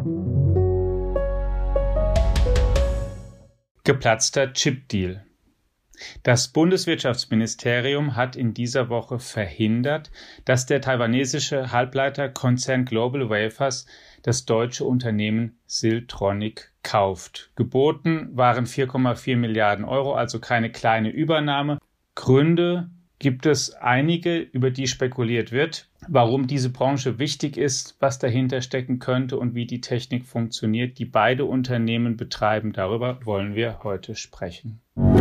Geplatzter Chip-Deal. Das Bundeswirtschaftsministerium hat in dieser Woche verhindert, dass der taiwanesische Halbleiterkonzern GlobalWafers das deutsche Unternehmen Siltronic kauft. Geboten waren 4,4 Milliarden Euro, also keine kleine Übernahme. Gründe gibt es einige, über die spekuliert wird, warum diese Branche wichtig ist, was dahinter stecken könnte und wie die Technik funktioniert, die beide Unternehmen betreiben. Darüber wollen wir heute sprechen.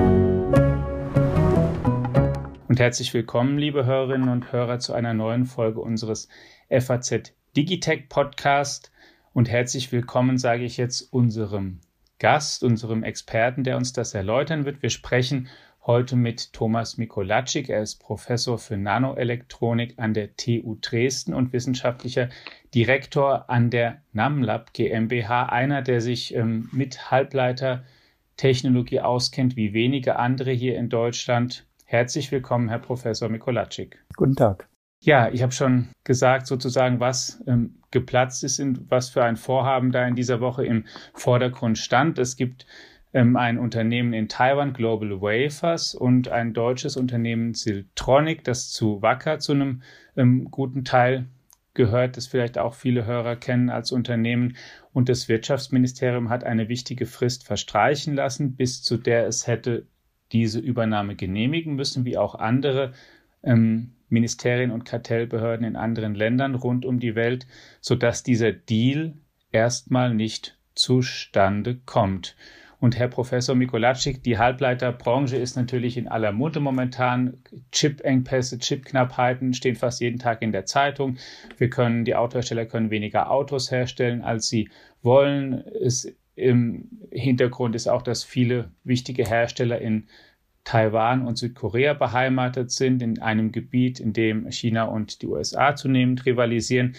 Und herzlich willkommen, liebe Hörerinnen und Hörer, zu einer neuen Folge unseres FAZ Digitech Podcast. Und herzlich willkommen, sage ich jetzt, unserem Gast, unserem Experten, der uns das erläutern wird. Wir sprechen heute mit Thomas Mikolajczyk. Er ist Professor für Nanoelektronik an der TU Dresden und wissenschaftlicher Direktor an der Namlab GmbH. Einer, der sich mit Halbleitertechnologie auskennt, wie wenige andere hier in Deutschland. Herzlich willkommen, Herr Professor Mikolajczyk. Guten Tag. Ja, ich habe schon gesagt, sozusagen, was geplatzt ist und was für ein Vorhaben da in dieser Woche im Vordergrund stand. Es gibt ein Unternehmen in Taiwan, GlobalWafers, und ein deutsches Unternehmen Siltronic, das zu Wacker zu einem guten Teil gehört, das vielleicht auch viele Hörer kennen als Unternehmen. Und das Wirtschaftsministerium hat eine wichtige Frist verstreichen lassen, bis zu der es hätte diese Übernahme genehmigen müssen, wie auch andere Ministerien und Kartellbehörden in anderen Ländern rund um die Welt, sodass dieser Deal erstmal nicht zustande kommt. Und Herr Professor Mikolajczyk, die Halbleiterbranche ist natürlich in aller Munde momentan. Chip-Engpässe, Chip-Knappheiten stehen fast jeden Tag in der Zeitung. Die Autohersteller können weniger Autos herstellen, als sie wollen. Im Hintergrund ist auch, dass viele wichtige Hersteller in Taiwan und Südkorea beheimatet sind, in einem Gebiet, in dem China und die USA zunehmend rivalisieren.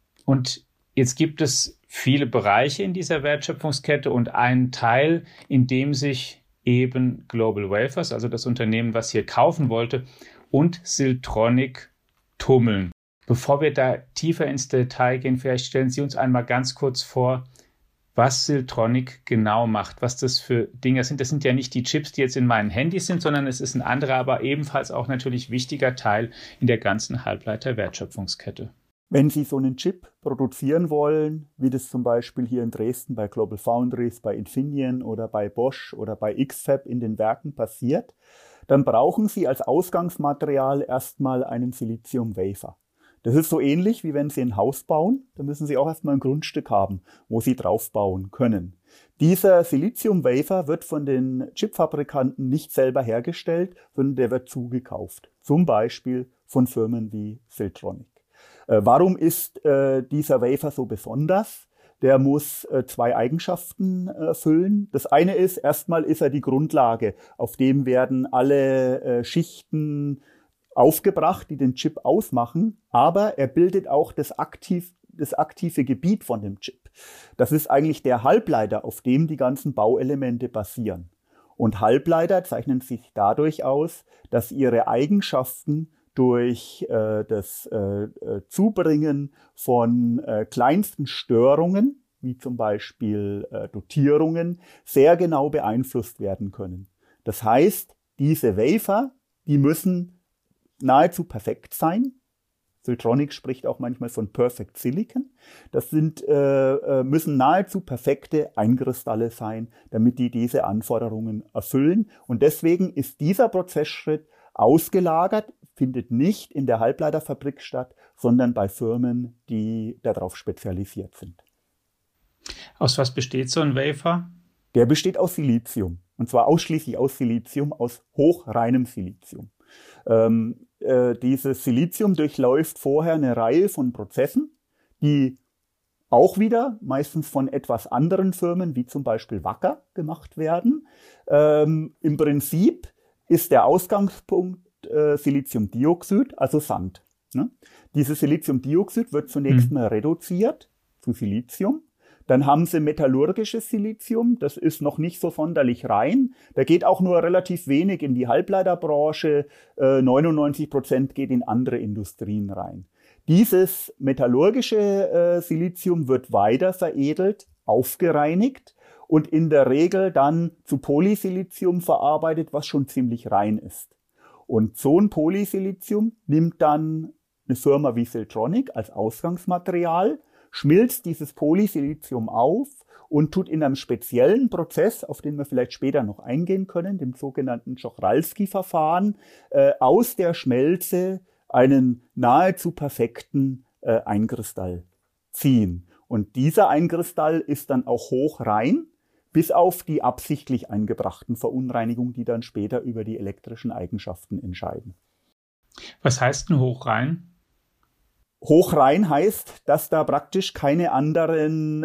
Und jetzt gibt es viele Bereiche in dieser Wertschöpfungskette und einen Teil, in dem sich eben GlobalWafers, also das Unternehmen, was hier kaufen wollte, und Siltronic tummeln. Bevor wir da tiefer ins Detail gehen, vielleicht stellen Sie uns einmal ganz kurz vor, was Siltronic genau macht, was das für Dinge sind. Das sind ja nicht die Chips, die jetzt in meinen Handys sind, sondern es ist ein anderer, aber ebenfalls auch natürlich wichtiger Teil in der ganzen Halbleiter-Wertschöpfungskette. Wenn Sie so einen Chip produzieren wollen, wie das zum Beispiel hier in Dresden bei GlobalFoundries, bei Infineon oder bei Bosch oder bei X-FAB in den Werken passiert, dann brauchen Sie als Ausgangsmaterial erstmal einen Silizium-Wafer. Das ist so ähnlich, wie wenn Sie ein Haus bauen, da müssen Sie auch erstmal ein Grundstück haben, wo Sie drauf bauen können. Dieser Silizium-Wafer wird von den Chipfabrikanten nicht selber hergestellt, sondern der wird zugekauft. Zum Beispiel von Firmen wie Siltronic. Warum ist dieser Wafer so besonders? Der muss zwei Eigenschaften erfüllen. Das eine ist, erstmal ist er die Grundlage, auf dem werden alle Schichten aufgebracht, die den Chip ausmachen, aber er bildet auch das aktive Gebiet von dem Chip. Das ist eigentlich der Halbleiter, auf dem die ganzen Bauelemente basieren. Und Halbleiter zeichnen sich dadurch aus, dass ihre Eigenschaften durch das Zubringen von kleinsten Störungen, wie zum Beispiel Dotierungen, sehr genau beeinflusst werden können. Das heißt, diese Wafer, die müssen nahezu perfekt sein. Siltronic spricht auch manchmal von Perfect Silicon. Das müssen nahezu perfekte Einkristalle sein, damit die diese Anforderungen erfüllen. Und deswegen ist dieser Prozessschritt ausgelagert, findet nicht in der Halbleiterfabrik statt, sondern bei Firmen, die darauf spezialisiert sind. Aus was besteht so ein Wafer? Der besteht aus Silizium. Und zwar ausschließlich aus Silizium, aus hochreinem Silizium. Dieses Silizium durchläuft vorher eine Reihe von Prozessen, die auch wieder meistens von etwas anderen Firmen, wie zum Beispiel Wacker, gemacht werden. Im Prinzip ist der Ausgangspunkt Siliziumdioxid, also Sand. Ne? Dieses Siliziumdioxid wird zunächst mal reduziert zu Silizium. Dann haben sie metallurgisches Silizium, das ist noch nicht so sonderlich rein. Da geht auch nur relativ wenig in die Halbleiterbranche, 99% geht in andere Industrien rein. Dieses metallurgische Silizium wird weiter veredelt, aufgereinigt und in der Regel dann zu Polysilizium verarbeitet, was schon ziemlich rein ist. Und so ein Polysilizium nimmt dann eine Firma wie Siltronic als Ausgangsmaterial, schmilzt dieses Polysilizium auf und tut in einem speziellen Prozess, auf den wir vielleicht später noch eingehen können, dem sogenannten Czochralski-Verfahren, aus der Schmelze einen nahezu perfekten Einkristall ziehen. Und dieser Einkristall ist dann auch hochrein, bis auf die absichtlich eingebrachten Verunreinigungen, die dann später über die elektrischen Eigenschaften entscheiden. Was heißt denn hochrein? Hochrein heißt, dass da praktisch keine anderen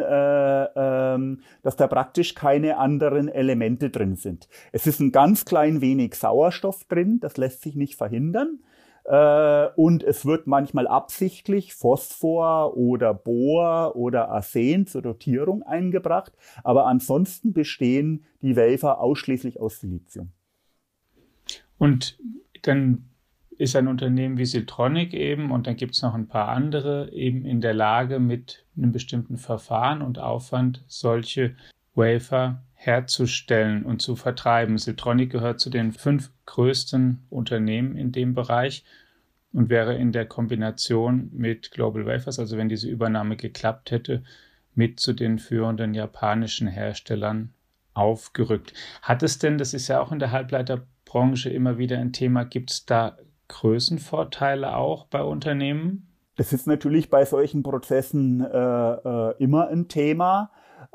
Elemente drin sind. Es ist ein ganz klein wenig Sauerstoff drin, das lässt sich nicht verhindern. Und es wird manchmal absichtlich Phosphor oder Bor oder Arsen zur Dotierung eingebracht. Aber ansonsten bestehen die Wafer ausschließlich aus Silizium. Und dann ist ein Unternehmen wie Siltronic eben, und dann gibt es noch ein paar andere, eben in der Lage, mit einem bestimmten Verfahren und Aufwand solche Wafer herzustellen und zu vertreiben. Siltronic gehört zu den 5 größten Unternehmen in dem Bereich und wäre in der Kombination mit GlobalWafers, also wenn diese Übernahme geklappt hätte, mit zu den führenden japanischen Herstellern aufgerückt. Hat es denn, das ist ja auch in der Halbleiterbranche immer wieder ein Thema, gibt es da Größenvorteile auch bei Unternehmen? Das ist natürlich bei solchen Prozessen immer ein Thema.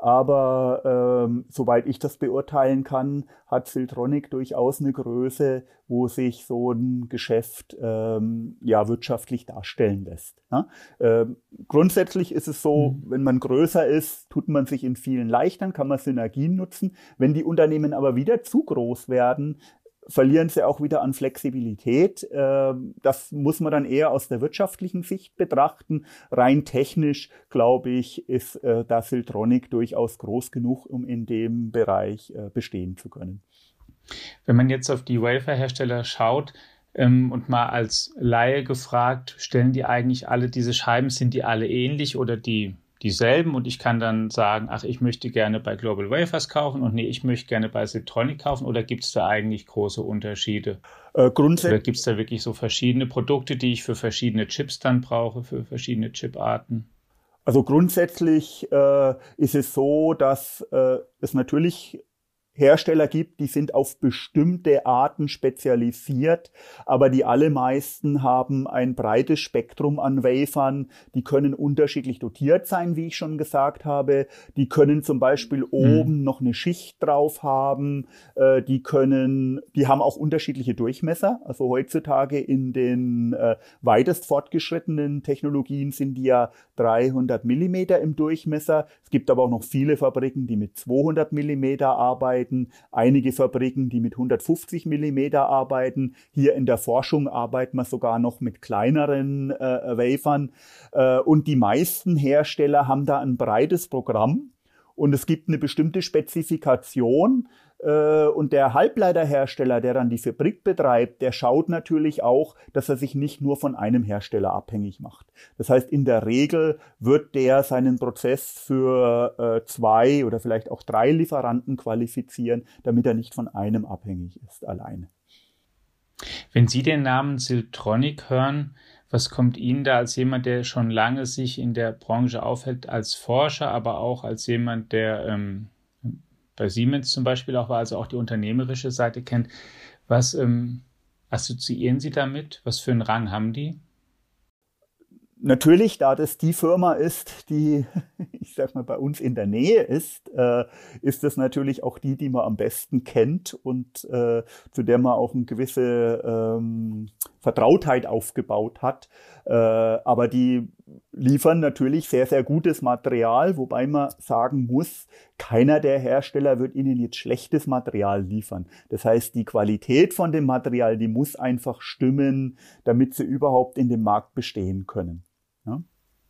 Aber soweit ich das beurteilen kann, hat Siltronic durchaus eine Größe, wo sich so ein Geschäft wirtschaftlich darstellen lässt. Ja? Grundsätzlich ist es so, wenn man größer ist, tut man sich in vielen leichtern, kann man Synergien nutzen. Wenn die Unternehmen aber wieder zu groß werden, verlieren sie auch wieder an Flexibilität. Das muss man dann eher aus der wirtschaftlichen Sicht betrachten. Rein technisch, glaube ich, ist da Siltronic durchaus groß genug, um in dem Bereich bestehen zu können. Wenn man jetzt auf die Waferhersteller schaut und mal als Laie gefragt, stellen die eigentlich alle diese Scheiben, sind die alle ähnlich oder dieselben? Und ich kann dann sagen, ach, ich möchte gerne bei GlobalWafers kaufen und nee, ich möchte gerne bei Siltronic kaufen, oder gibt es da eigentlich große Unterschiede? Oder gibt es da wirklich so verschiedene Produkte, die ich für verschiedene Chips dann brauche, für verschiedene Chiparten? Also grundsätzlich ist es so, dass es natürlich Hersteller gibt, die sind auf bestimmte Arten spezialisiert, aber die allermeisten haben ein breites Spektrum an Wafern. Die können unterschiedlich dotiert sein, wie ich schon gesagt habe. Die können zum Beispiel oben noch eine Schicht drauf haben. Die haben auch unterschiedliche Durchmesser. Also heutzutage in den weitest fortgeschrittenen Technologien sind die ja 300 Millimeter im Durchmesser. Es gibt aber auch noch viele Fabriken, die mit 200 Millimeter arbeiten. Einige Fabriken, die mit 150 Millimeter arbeiten. Hier in der Forschung arbeiten wir sogar noch mit kleineren Wafern. Und die meisten Hersteller haben da ein breites Programm. Und es gibt eine bestimmte Spezifikation. Und der Halbleiterhersteller, der dann die Fabrik betreibt, der schaut natürlich auch, dass er sich nicht nur von einem Hersteller abhängig macht. Das heißt, in der Regel wird der seinen Prozess für 2 oder vielleicht auch 3 Lieferanten qualifizieren, damit er nicht von einem abhängig ist alleine. Wenn Sie den Namen Siltronic hören, was kommt Ihnen da als jemand, der schon lange sich in der Branche aufhält, als Forscher, aber auch als jemand, der bei Siemens zum Beispiel auch war, also auch die unternehmerische Seite kennt. Was assoziieren Sie damit? Was für einen Rang haben die? Natürlich, da das die Firma ist, die, ich sag mal, bei uns in der Nähe ist, ist das natürlich auch die man am besten kennt und zu der man auch eine gewisse Vertrautheit aufgebaut hat. Aber die liefern natürlich sehr, sehr gutes Material, wobei man sagen muss, keiner der Hersteller wird ihnen jetzt schlechtes Material liefern. Das heißt, die Qualität von dem Material, die muss einfach stimmen, damit sie überhaupt in dem Markt bestehen können. Ja?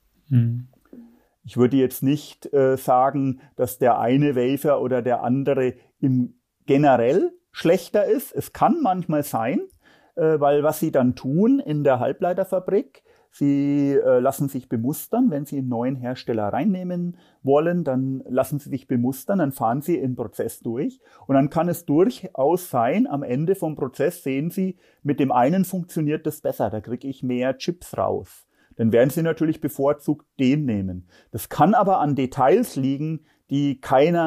Ich würde jetzt nicht sagen, dass der eine Wafer oder der andere im generell schlechter ist. Es kann manchmal sein, weil was sie dann tun in der Halbleiterfabrik, Sie lassen sich bemustern. Wenn Sie einen neuen Hersteller reinnehmen wollen, dann lassen Sie sich bemustern, dann fahren Sie den Prozess durch. Und dann kann es durchaus sein, am Ende vom Prozess sehen Sie, mit dem einen funktioniert das besser, da kriege ich mehr Chips raus. Dann werden Sie natürlich bevorzugt den nehmen. Das kann aber an Details liegen, die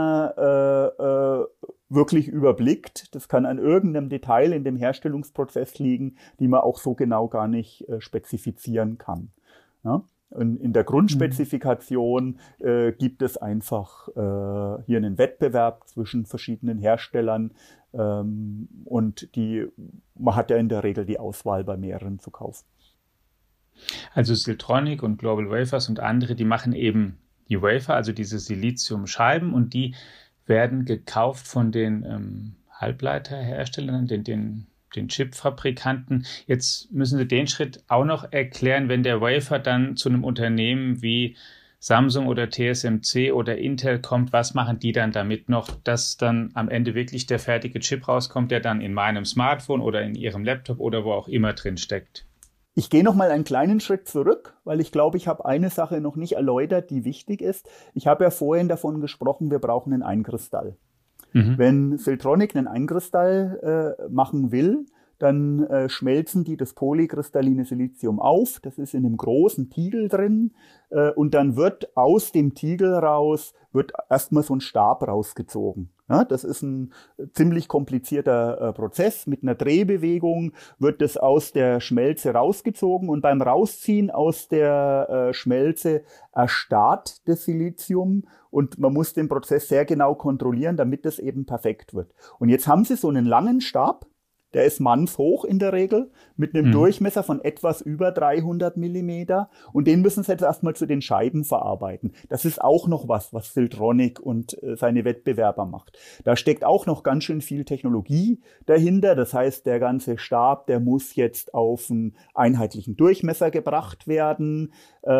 keiner wirklich überblickt. Das kann an irgendeinem Detail in dem Herstellungsprozess liegen, die man auch so genau gar nicht spezifizieren kann. Ja? Und in der Grundspezifikation gibt es einfach hier einen Wettbewerb zwischen verschiedenen Herstellern und man hat ja in der Regel die Auswahl, bei mehreren zu kaufen. Also Siltronic und Global Wafers und andere, die machen eben die Wafer, also diese Siliziumscheiben, und die werden gekauft von den Halbleiterherstellern, den Chipfabrikanten. Jetzt müssen Sie den Schritt auch noch erklären, wenn der Wafer dann zu einem Unternehmen wie Samsung oder TSMC oder Intel kommt, was machen die dann damit noch, dass dann am Ende wirklich der fertige Chip rauskommt, der dann in meinem Smartphone oder in Ihrem Laptop oder wo auch immer drin steckt? Ich gehe noch mal einen kleinen Schritt zurück, weil ich glaube, ich habe eine Sache noch nicht erläutert, die wichtig ist. Ich habe ja vorhin davon gesprochen, wir brauchen einen Einkristall. Wenn Siltronic einen Einkristall machen will, dann schmelzen die das polykristalline Silizium auf. Das ist in einem großen Tiegel drin. Und dann wird aus dem Tiegel raus, wird erstmal so ein Stab rausgezogen. Ja, das ist ein ziemlich komplizierter Prozess. Mit einer Drehbewegung wird das aus der Schmelze rausgezogen. Und beim Rausziehen aus der Schmelze erstarrt das Silizium. Und man muss den Prozess sehr genau kontrollieren, damit das eben perfekt wird. Und jetzt haben Sie so einen langen Stab. Der ist mannshoch in der Regel, mit einem Durchmesser von etwas über 300 Millimeter. Und den müssen Sie jetzt erstmal zu den Scheiben verarbeiten. Das ist auch noch was Siltronic und seine Wettbewerber macht. Da steckt auch noch ganz schön viel Technologie dahinter. Das heißt, der ganze Stab, der muss jetzt auf einen einheitlichen Durchmesser gebracht werden.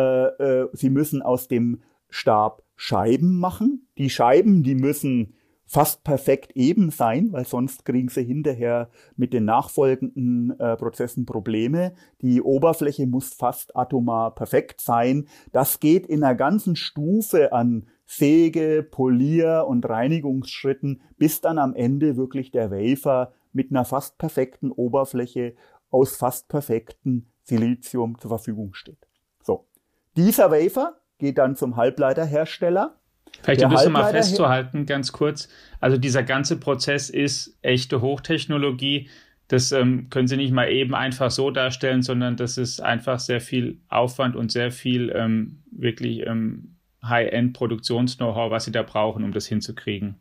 Sie müssen aus dem Stab Scheiben machen. Die Scheiben, die müssen fast perfekt eben sein, weil sonst kriegen Sie hinterher mit den nachfolgenden Prozessen Probleme. Die Oberfläche muss fast atomar perfekt sein. Das geht in einer ganzen Stufe an Säge-, Polier- und Reinigungsschritten, bis dann am Ende wirklich der Wafer mit einer fast perfekten Oberfläche aus fast perfektem Silizium zur Verfügung steht. So, dieser Wafer geht dann zum Halbleiterhersteller. Vielleicht ein bisschen mal festzuhalten, ganz kurz. Also dieser ganze Prozess ist echte Hochtechnologie. Das können Sie nicht mal eben einfach so darstellen, sondern das ist einfach sehr viel Aufwand und sehr viel wirklich High-End-Produktions-Know-how, was Sie da brauchen, um das hinzukriegen.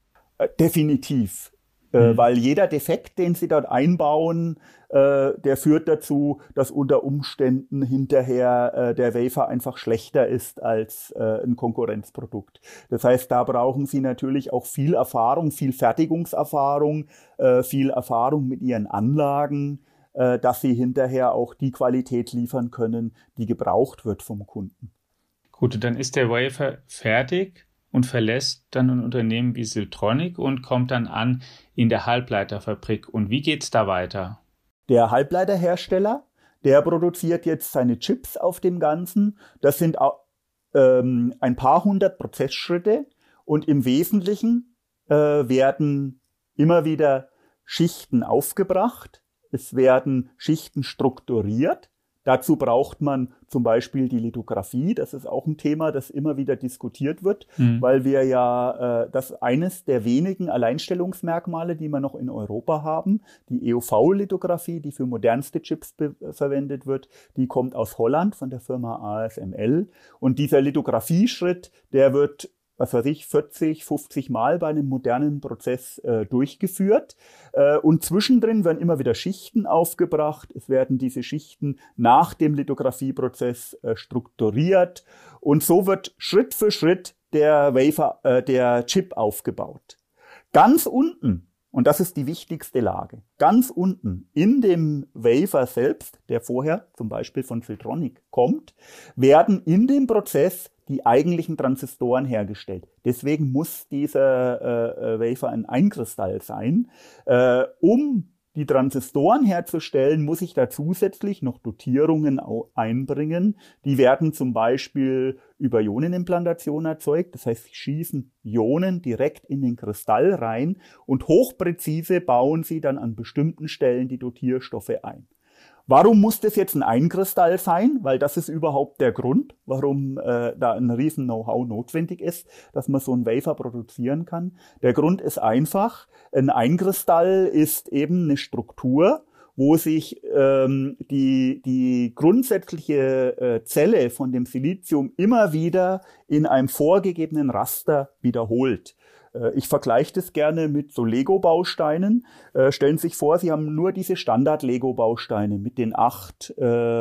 Definitiv. Weil jeder Defekt, den Sie dort einbauen, der führt dazu, dass unter Umständen hinterher der Wafer einfach schlechter ist als ein Konkurrenzprodukt. Das heißt, da brauchen Sie natürlich auch viel Erfahrung, viel Fertigungserfahrung, viel Erfahrung mit Ihren Anlagen, dass Sie hinterher auch die Qualität liefern können, die gebraucht wird vom Kunden. Gut, dann ist der Wafer fertig und verlässt dann ein Unternehmen wie Siltronic und kommt dann an in der Halbleiterfabrik. Und wie geht's da weiter? Der Halbleiterhersteller, der produziert jetzt seine Chips auf dem Ganzen. Das sind ein paar hundert Prozessschritte und im Wesentlichen werden immer wieder Schichten aufgebracht. Es werden Schichten strukturiert. Dazu braucht man zum Beispiel die Lithografie. Das ist auch ein Thema, das immer wieder diskutiert wird, weil wir ja das eines der wenigen Alleinstellungsmerkmale, die wir noch in Europa haben, die EUV-Lithografie, die für modernste Chips verwendet wird, die kommt aus Holland von der Firma ASML. Und dieser Lithografieschritt, der wird 40, 50 Mal bei einem modernen Prozess durchgeführt. Und zwischendrin werden immer wieder Schichten aufgebracht. Es werden diese Schichten nach dem Lithografieprozess strukturiert. Und so wird Schritt für Schritt der Chip aufgebaut. Ganz unten, und das ist die wichtigste Lage, ganz unten in dem Wafer selbst, der vorher zum Beispiel von Siltronic kommt, werden in dem Prozess die eigentlichen Transistoren hergestellt. Deswegen muss dieser Wafer ein Einkristall sein, um die Transistoren herzustellen, muss ich da zusätzlich noch Dotierungen einbringen. Die werden zum Beispiel über Ionenimplantation erzeugt. Das heißt, sie schießen Ionen direkt in den Kristall rein und hochpräzise bauen sie dann an bestimmten Stellen die Dotierstoffe ein. Warum muss das jetzt ein Einkristall sein? Weil das ist überhaupt der Grund, warum da ein riesen Know-how notwendig ist, dass man so einen Wafer produzieren kann. Der Grund ist einfach, ein Einkristall ist eben eine Struktur, wo sich die grundsätzliche Zelle von dem Silizium immer wieder in einem vorgegebenen Raster wiederholt. Ich vergleiche das gerne mit so Lego-Bausteinen. Stellen Sie sich vor, Sie haben nur diese Standard-Lego-Bausteine mit den 8,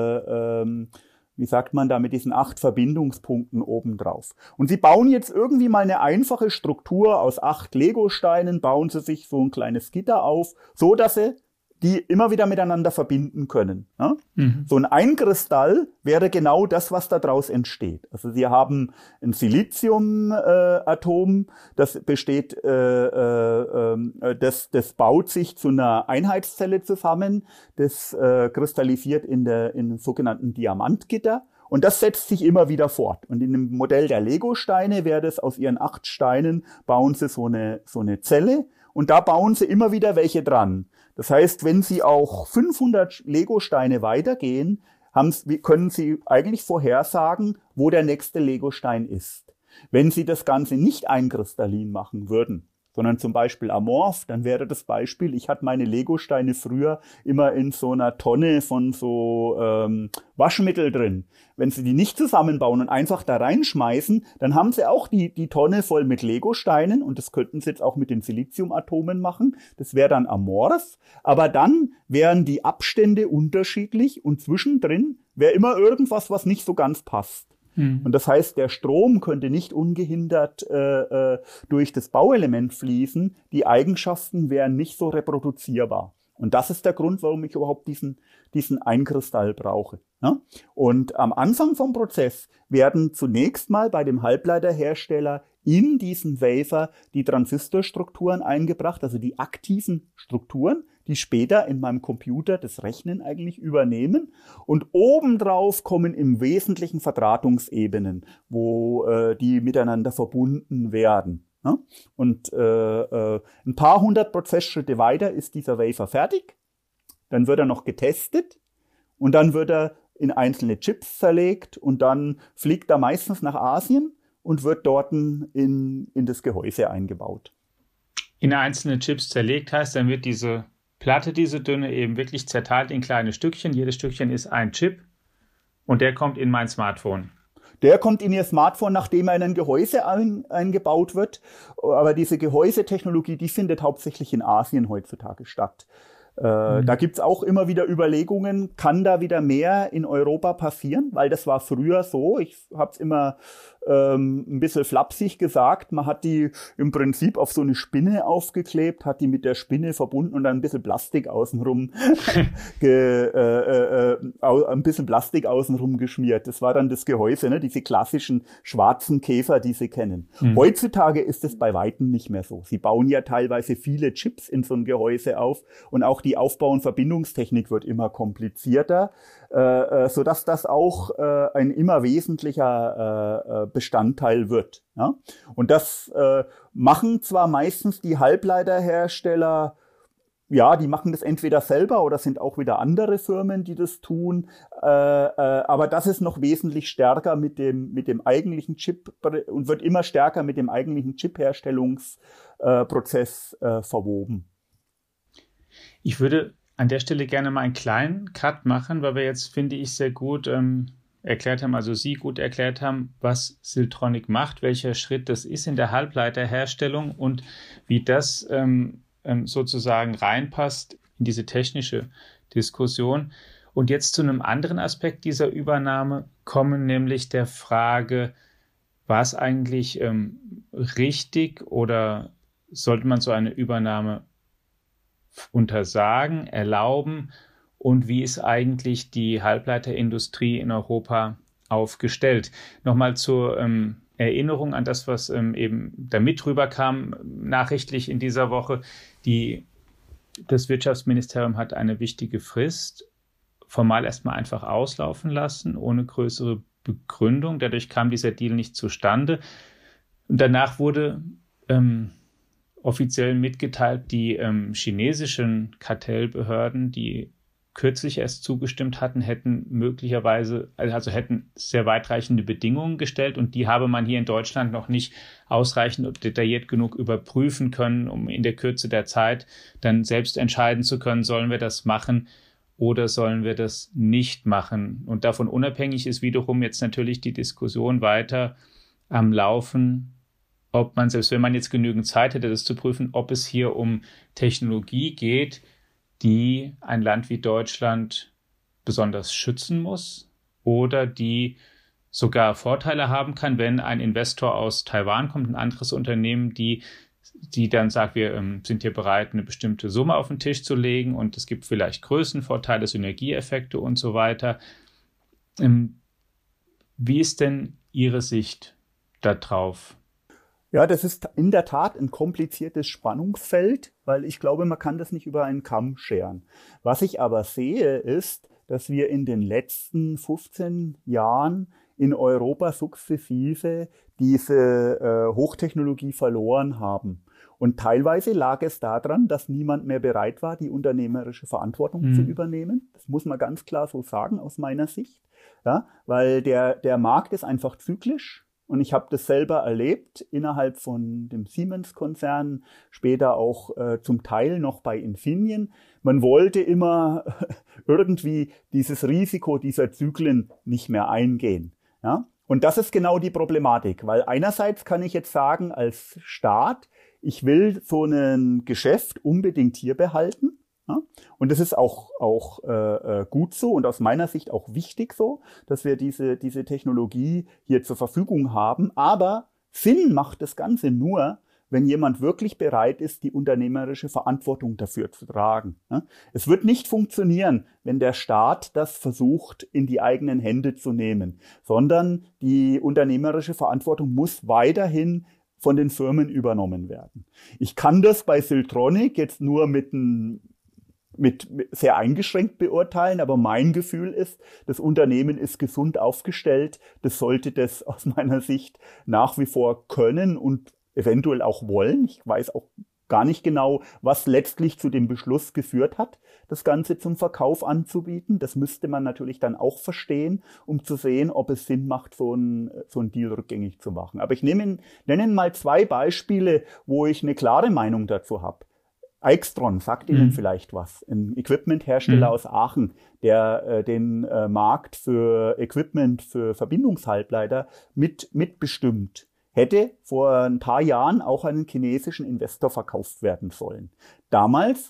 mit diesen 8 Verbindungspunkten obendrauf. Und Sie bauen jetzt irgendwie mal eine einfache Struktur aus 8 Lego-Steinen, bauen Sie sich so ein kleines Gitter auf, so dass Sie die immer wieder miteinander verbinden können. Ja? So ein Einkristall wäre genau das, was daraus entsteht. Also Sie haben ein Siliziumatom, das besteht, das baut sich zu einer Einheitszelle zusammen, das kristallisiert in einem sogenannten Diamantgitter. Und das setzt sich immer wieder fort. Und in dem Modell der Lego-Steine wäre das aus ihren 8 Steinen, bauen sie so eine Zelle. Und da bauen sie immer wieder welche dran. Das heißt, wenn Sie auch 500 Lego-Steine weitergehen, können Sie eigentlich vorhersagen, wo der nächste Lego-Stein ist. Wenn Sie das Ganze nicht einkristallin machen würden, sondern zum Beispiel amorph, dann wäre das Beispiel, ich hatte meine Lego-Steine früher immer in so einer Tonne von so Waschmittel drin. Wenn Sie die nicht zusammenbauen und einfach da reinschmeißen, dann haben Sie auch die Tonne voll mit Lego-Steinen und das könnten Sie jetzt auch mit den Siliziumatomen machen. Das wäre dann amorph, aber dann wären die Abstände unterschiedlich und zwischendrin wäre immer irgendwas, was nicht so ganz passt. Und das heißt, der Strom könnte nicht ungehindert durch das Bauelement fließen. Die Eigenschaften wären nicht so reproduzierbar. Und das ist der Grund, warum ich überhaupt diesen Einkristall brauche. Ja? Und am Anfang vom Prozess werden zunächst mal bei dem Halbleiterhersteller in diesen Wafer die Transistorstrukturen eingebracht, also die aktiven Strukturen, die später in meinem Computer das Rechnen eigentlich übernehmen. Und obendrauf kommen im Wesentlichen Verdrahtungsebenen, wo die miteinander verbunden werden. Ja? Und ein paar 100 Prozessschritte weiter ist dieser Wafer fertig. Dann wird er noch getestet und dann wird er in einzelne Chips zerlegt und dann fliegt er meistens nach Asien und wird dort in das Gehäuse eingebaut. In einzelne Chips zerlegt heißt, dann wird diese Platte, diese dünne, eben wirklich zerteilt in kleine Stückchen. Jedes Stückchen ist ein Chip und der kommt in mein Smartphone. Der kommt in Ihr Smartphone, nachdem er in ein Gehäuse eingebaut wird. Aber diese Gehäusetechnologie, die findet hauptsächlich in Asien heutzutage statt. Da gibt's auch immer wieder Überlegungen, kann da wieder mehr in Europa passieren? Weil das war früher so, ich habe es immer ein bisschen flapsig gesagt, man hat die im Prinzip auf so eine Spinne aufgeklebt, hat die mit der Spinne verbunden und dann ein bisschen Plastik außenrum geschmiert. Das war dann das Gehäuse, ne? Diese klassischen schwarzen Käfer, die Sie kennen. Heutzutage ist es bei Weitem nicht mehr so. Sie bauen ja teilweise viele Chips in so ein Gehäuse auf und auch die Aufbau- und Verbindungstechnik wird immer komplizierter, sodass das auch ein immer wesentlicher Bestandteil wird. Ja? Und das machen zwar meistens die Halbleiterhersteller, ja, die machen das entweder selber oder sind auch wieder andere Firmen, die das tun, aber das ist noch wesentlich stärker mit dem eigentlichen Chip und wird immer stärker mit dem eigentlichen Chip-Herstellungsprozess verwoben. Ich würde an der Stelle gerne mal einen kleinen Cut machen, weil wir jetzt, finde ich, sehr gut erklärt haben, also Sie gut erklärt haben, was Siltronic macht, welcher Schritt das ist in der Halbleiterherstellung und wie das sozusagen reinpasst in diese technische Diskussion. Und jetzt zu einem anderen Aspekt dieser Übernahme kommen, nämlich der Frage, war es eigentlich richtig oder sollte man so eine Übernahme untersagen, erlauben und wie ist eigentlich die Halbleiterindustrie in Europa aufgestellt? Nochmal zur Erinnerung an das, was eben da mit rüberkam, nachrichtlich in dieser Woche. Die das Wirtschaftsministerium hat eine wichtige Frist formal erstmal einfach auslaufen lassen, ohne größere Begründung. Dadurch kam dieser Deal nicht zustande. Und danach wurde offiziell mitgeteilt, die chinesischen Kartellbehörden, die kürzlich erst zugestimmt hatten, hätten möglicherweise, also hätten sehr weitreichende Bedingungen gestellt und die habe man hier in Deutschland noch nicht ausreichend und detailliert genug überprüfen können, um in der Kürze der Zeit dann selbst entscheiden zu können, sollen wir das machen oder sollen wir das nicht machen. Und davon unabhängig ist wiederum jetzt natürlich die Diskussion weiter am Laufen, ob man, selbst wenn man jetzt genügend Zeit hätte, das zu prüfen, ob es hier um Technologie geht, die ein Land wie Deutschland besonders schützen muss oder die sogar Vorteile haben kann, wenn ein Investor aus Taiwan kommt, ein anderes Unternehmen, die dann sagt, wir sind hier bereit, eine bestimmte Summe auf den Tisch zu legen und es gibt vielleicht Größenvorteile, Synergieeffekte und so weiter. Wie ist denn Ihre Sicht da drauf? Ja, das ist in der Tat ein kompliziertes Spannungsfeld, weil ich glaube, man kann das nicht über einen Kamm scheren. Was ich aber sehe, ist, dass wir in den letzten 15 Jahren in Europa sukzessive diese Hochtechnologie verloren haben. Und teilweise lag es daran, dass niemand mehr bereit war, die unternehmerische Verantwortung zu übernehmen. Das muss man ganz klar so sagen aus meiner Sicht. Ja, weil der Markt ist einfach zyklisch. Und ich habe das selber erlebt innerhalb von dem Siemens-Konzern, später auch zum Teil noch bei Infineon. Man wollte immer irgendwie dieses Risiko dieser Zyklen nicht mehr eingehen. Ja? Und das ist genau die Problematik, weil einerseits kann ich jetzt sagen als Staat, ich will so ein Geschäft unbedingt hier behalten. Ja? Und das ist auch gut so und aus meiner Sicht auch wichtig so, dass wir diese Technologie hier zur Verfügung haben. Aber Sinn macht das Ganze nur, wenn jemand wirklich bereit ist, die unternehmerische Verantwortung dafür zu tragen. Ja? Es wird nicht funktionieren, wenn der Staat das versucht, in die eigenen Hände zu nehmen, sondern die unternehmerische Verantwortung muss weiterhin von den Firmen übernommen werden. Ich kann das bei Siltronic jetzt nur mit sehr eingeschränkt beurteilen, aber mein Gefühl ist, das Unternehmen ist gesund aufgestellt. Das sollte das aus meiner Sicht nach wie vor können und eventuell auch wollen. Ich weiß auch gar nicht genau, was letztlich zu dem Beschluss geführt hat, das Ganze zum Verkauf anzubieten. Das müsste man natürlich dann auch verstehen, um zu sehen, ob es Sinn macht, so ein Deal rückgängig zu machen. Aber ich nenne mal 2 Beispiele, wo ich eine klare Meinung dazu habe. Eichstron sagt Ihnen vielleicht was, ein Equipmenthersteller aus Aachen, der den Markt für Equipment für Verbindungshalbleiter mitbestimmt. Hätte vor ein paar Jahren auch einen chinesischen Investor verkauft werden sollen. Damals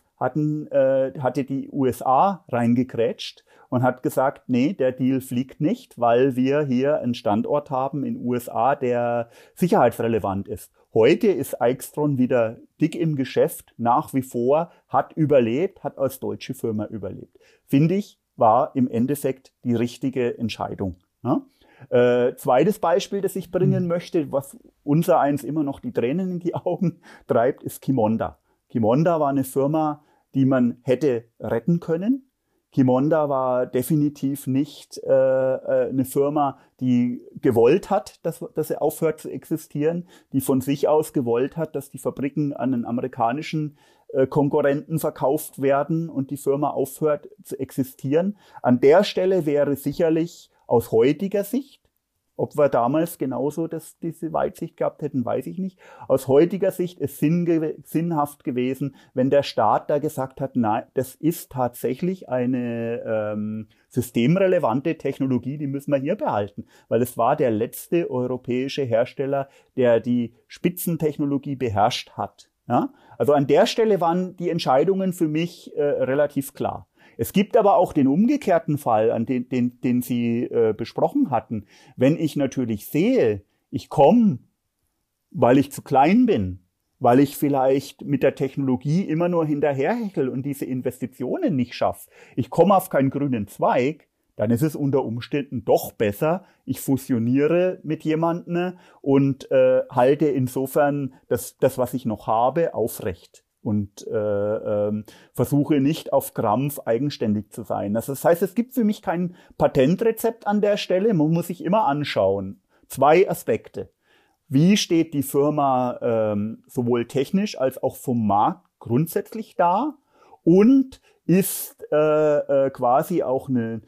hatte die USA reingekrätscht und hat gesagt, nee, der Deal fliegt nicht, weil wir hier einen Standort haben in USA, der sicherheitsrelevant ist. Heute ist Eichstron wieder dick im Geschäft, nach wie vor, hat überlebt, hat als deutsche Firma überlebt. Finde ich, war im Endeffekt die richtige Entscheidung. Ja? Zweites Beispiel, das ich bringen möchte, was unsereins immer noch die Tränen in die Augen treibt, ist Qimonda. Qimonda war eine Firma, die man hätte retten können. Qimonda war definitiv nicht eine Firma, die gewollt hat, dass sie aufhört zu existieren, die von sich aus gewollt hat, dass die Fabriken an einen amerikanischen Konkurrenten verkauft werden und die Firma aufhört zu existieren. An der Stelle wäre sicherlich aus heutiger Sicht, ob wir damals genauso diese Weitsicht gehabt hätten, weiß ich nicht. Aus heutiger Sicht ist sinnhaft gewesen, wenn der Staat da gesagt hat, nein, das ist tatsächlich eine systemrelevante Technologie, die müssen wir hier behalten. Weil es war der letzte europäische Hersteller, der die Spitzentechnologie beherrscht hat. Ja? Also an der Stelle waren die Entscheidungen für mich relativ klar. Es gibt aber auch den umgekehrten Fall, den Sie besprochen hatten. Wenn ich natürlich sehe, ich komme, weil ich zu klein bin, weil ich vielleicht mit der Technologie immer nur hinterherhechel und diese Investitionen nicht schaffe, ich komme auf keinen grünen Zweig, dann ist es unter Umständen doch besser, ich fusioniere mit jemandem und halte insofern das, was ich noch habe, aufrecht. und versuche nicht auf Krampf eigenständig zu sein. Das heißt, es gibt für mich kein Patentrezept an der Stelle. Man muss sich immer anschauen. 2 Aspekte. Wie steht die Firma sowohl technisch als auch vom Markt grundsätzlich da? Und ist quasi auch eine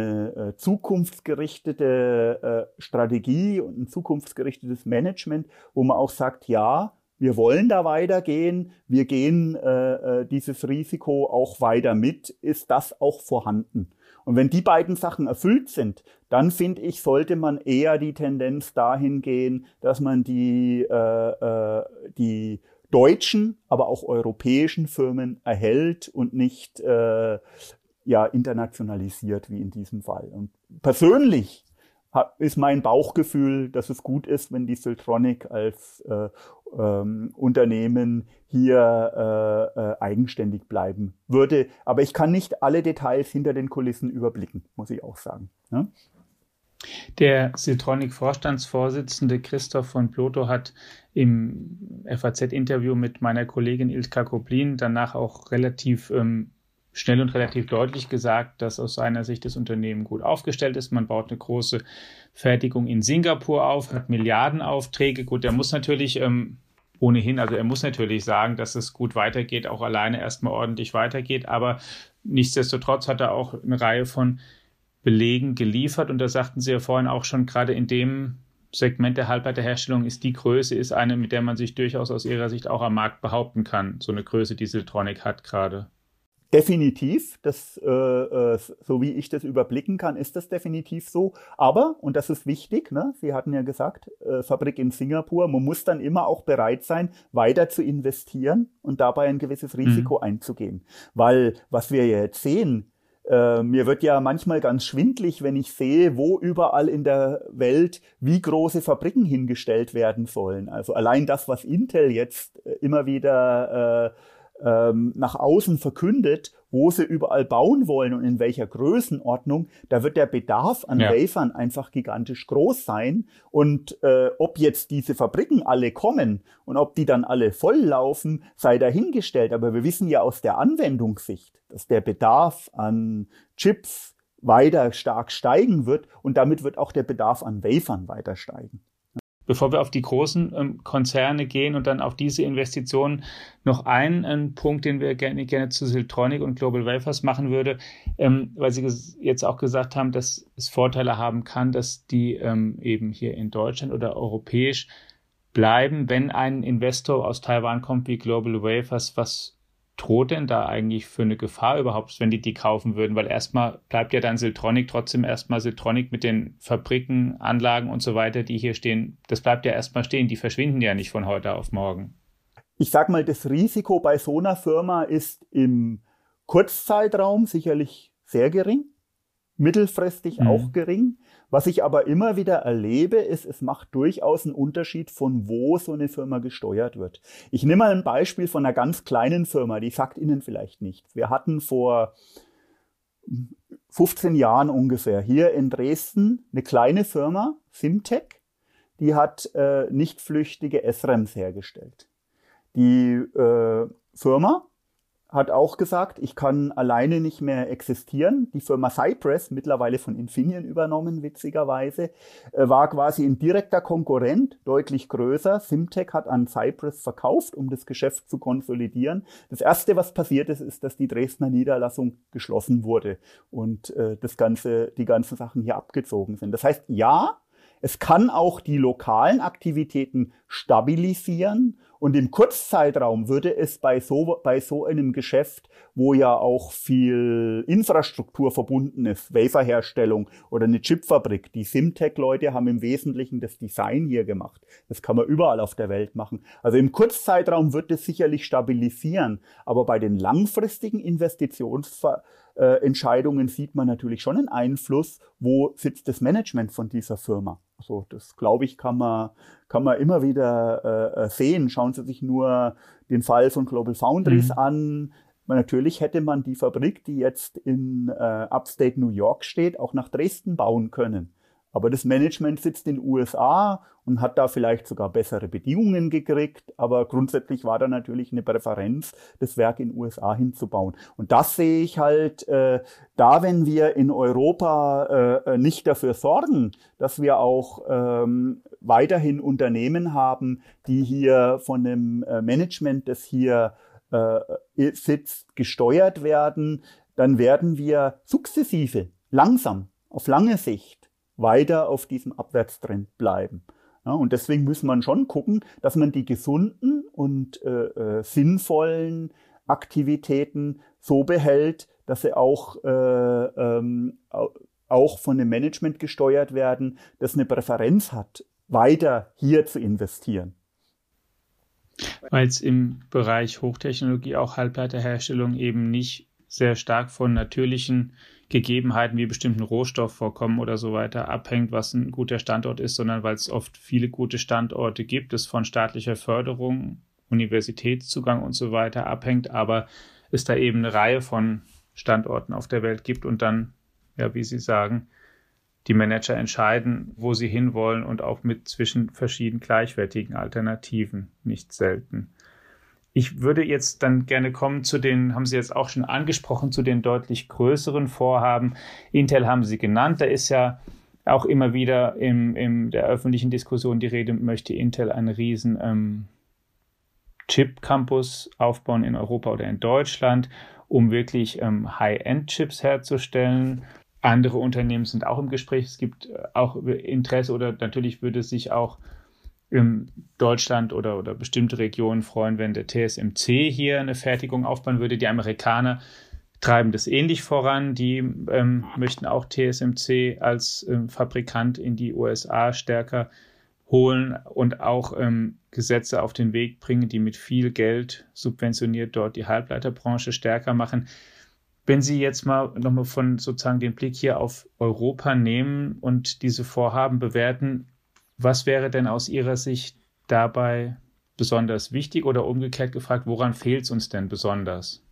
zukunftsgerichtete Strategie und ein zukunftsgerichtetes Management, wo man auch sagt, ja, wir wollen da weitergehen, wir gehen dieses Risiko auch weiter mit, ist das auch vorhanden? Und wenn die beiden Sachen erfüllt sind, dann finde ich, sollte man eher die Tendenz dahin gehen, dass man die deutschen, aber auch europäischen Firmen erhält und nicht internationalisiert wie in diesem Fall. Und persönlich ist mein Bauchgefühl, dass es gut ist, wenn die Siltronic als Unternehmen hier eigenständig bleiben würde. Aber ich kann nicht alle Details hinter den Kulissen überblicken, muss ich auch sagen. Ja? Der Siltronic-Vorstandsvorsitzende Christoph von Plotho hat im FAZ-Interview mit meiner Kollegin Ilka Koplin danach auch relativ schnell und relativ deutlich gesagt, dass aus seiner Sicht das Unternehmen gut aufgestellt ist. Man baut eine große Fertigung in Singapur auf, hat Milliardenaufträge. Gut, er muss natürlich er muss natürlich sagen, dass es gut weitergeht, auch alleine erstmal ordentlich weitergeht. Aber nichtsdestotrotz hat er auch eine Reihe von Belegen geliefert. Und da sagten Sie ja vorhin auch schon, gerade in dem Segment der Halbleiterherstellung ist die Größe, ist eine, mit der man sich durchaus aus Ihrer Sicht auch am Markt behaupten kann. So eine Größe, die Siltronic hat gerade. Definitiv, so wie ich das überblicken kann, ist das definitiv so. Aber, und das ist wichtig, ne, Sie hatten ja gesagt, Fabrik in Singapur, man muss dann immer auch bereit sein, weiter zu investieren und dabei ein gewisses Risiko einzugehen. Weil, was wir jetzt sehen, mir wird ja manchmal ganz schwindlig, wenn ich sehe, wo überall in der Welt wie große Fabriken hingestellt werden sollen. Also allein das, was Intel jetzt immer wieder nach außen verkündet, wo sie überall bauen wollen und in welcher Größenordnung, da wird der Bedarf an Wafern einfach gigantisch groß sein. Und ob jetzt diese Fabriken alle kommen und ob die dann alle voll laufen, sei dahingestellt. Aber wir wissen ja aus der Anwendungssicht, dass der Bedarf an Chips weiter stark steigen wird und damit wird auch der Bedarf an Wafern weiter steigen. Bevor wir auf die großen Konzerne gehen und dann auf diese Investitionen, noch einen Punkt, den wir gerne zu Siltronic und GlobalWafers machen würde, weil Sie jetzt auch gesagt haben, dass es Vorteile haben kann, dass die eben hier in Deutschland oder europäisch bleiben. Wenn ein Investor aus Taiwan kommt wie GlobalWafers, was droht denn da eigentlich für eine Gefahr überhaupt, wenn die kaufen würden? Weil erstmal bleibt ja dann Siltronic trotzdem erstmal Siltronic mit den Fabriken, Anlagen und so weiter, die hier stehen. Das bleibt ja erstmal stehen. Die verschwinden ja nicht von heute auf morgen. Ich sag mal, das Risiko bei so einer Firma ist im Kurzzeitraum sicherlich sehr gering, mittelfristig auch gering. Was ich aber immer wieder erlebe, ist, es macht durchaus einen Unterschied, von wo so eine Firma gesteuert wird. Ich nehme mal ein Beispiel von einer ganz kleinen Firma, die sagt Ihnen vielleicht nichts. Wir hatten vor 15 Jahren ungefähr hier in Dresden eine kleine Firma, Simtech, die hat nicht flüchtige SRAMs hergestellt. Die Firma hat auch gesagt, ich kann alleine nicht mehr existieren. Die Firma Cypress, mittlerweile von Infineon übernommen, witzigerweise, war quasi ein direkter Konkurrent, deutlich größer. Simtech hat an Cypress verkauft, um das Geschäft zu konsolidieren. Das Erste, was passiert ist, ist, dass die Dresdner Niederlassung geschlossen wurde und die ganzen Sachen hier abgezogen sind. Das heißt, ja, es kann auch die lokalen Aktivitäten stabilisieren und im Kurzzeitraum würde es bei so einem Geschäft, wo ja auch viel Infrastruktur verbunden ist, Waferherstellung oder eine Chipfabrik, die Simtech-Leute haben im Wesentlichen das Design hier gemacht. Das kann man überall auf der Welt machen. Also im Kurzzeitraum wird es sicherlich stabilisieren, aber bei den langfristigen Investitionsentscheidungen sieht man natürlich schon einen Einfluss, wo sitzt das Management von dieser Firma. Also das, glaube ich, kann man immer wieder sehen. Schauen Sie sich nur den Fall von GlobalFoundries an. Natürlich hätte man die Fabrik, die jetzt in Upstate New York steht, auch nach Dresden bauen können. Aber das Management sitzt in den USA und hat da vielleicht sogar bessere Bedingungen gekriegt. Aber grundsätzlich war da natürlich eine Präferenz, das Werk in den USA hinzubauen. Und das sehe ich halt da, wenn wir in Europa nicht dafür sorgen, dass wir auch weiterhin Unternehmen haben, die hier von dem Management, das hier sitzt, gesteuert werden, dann werden wir sukzessive, langsam, auf lange Sicht weiter auf diesem Abwärtstrend bleiben. Ja, und deswegen muss man schon gucken, dass man die gesunden und sinnvollen Aktivitäten so behält, dass sie auch von dem Management gesteuert werden, das eine Präferenz hat, weiter hier zu investieren. Weil es im Bereich Hochtechnologie, auch Halbleiterherstellung, eben nicht sehr stark von natürlichen Gegebenheiten wie bestimmten Rohstoffvorkommen oder so weiter abhängt, was ein guter Standort ist, sondern weil es oft viele gute Standorte gibt, es von staatlicher Förderung, Universitätszugang und so weiter abhängt, aber es da eben eine Reihe von Standorten auf der Welt gibt und dann, ja, wie Sie sagen, die Manager entscheiden, wo sie hinwollen und auch mit zwischen verschiedenen gleichwertigen Alternativen, nicht selten. Ich würde jetzt dann gerne kommen zu den, haben Sie jetzt auch schon angesprochen, zu den deutlich größeren Vorhaben. Intel haben Sie genannt, da ist ja auch immer wieder in der öffentlichen Diskussion die Rede, möchte Intel einen riesen Chip-Campus aufbauen in Europa oder in Deutschland, um wirklich High-End-Chips herzustellen. Andere Unternehmen sind auch im Gespräch. Es gibt auch Interesse oder natürlich würde sich auch Deutschland oder bestimmte Regionen freuen, wenn der TSMC hier eine Fertigung aufbauen würde. Die Amerikaner treiben das ähnlich voran. Die möchten auch TSMC als Fabrikant in die USA stärker holen und auch Gesetze auf den Weg bringen, die mit viel Geld subventioniert dort die Halbleiterbranche stärker machen. Wenn Sie jetzt nochmal von sozusagen den Blick hier auf Europa nehmen und diese Vorhaben bewerten, was wäre denn aus Ihrer Sicht dabei besonders wichtig oder umgekehrt gefragt, woran fehlt es uns denn besonders?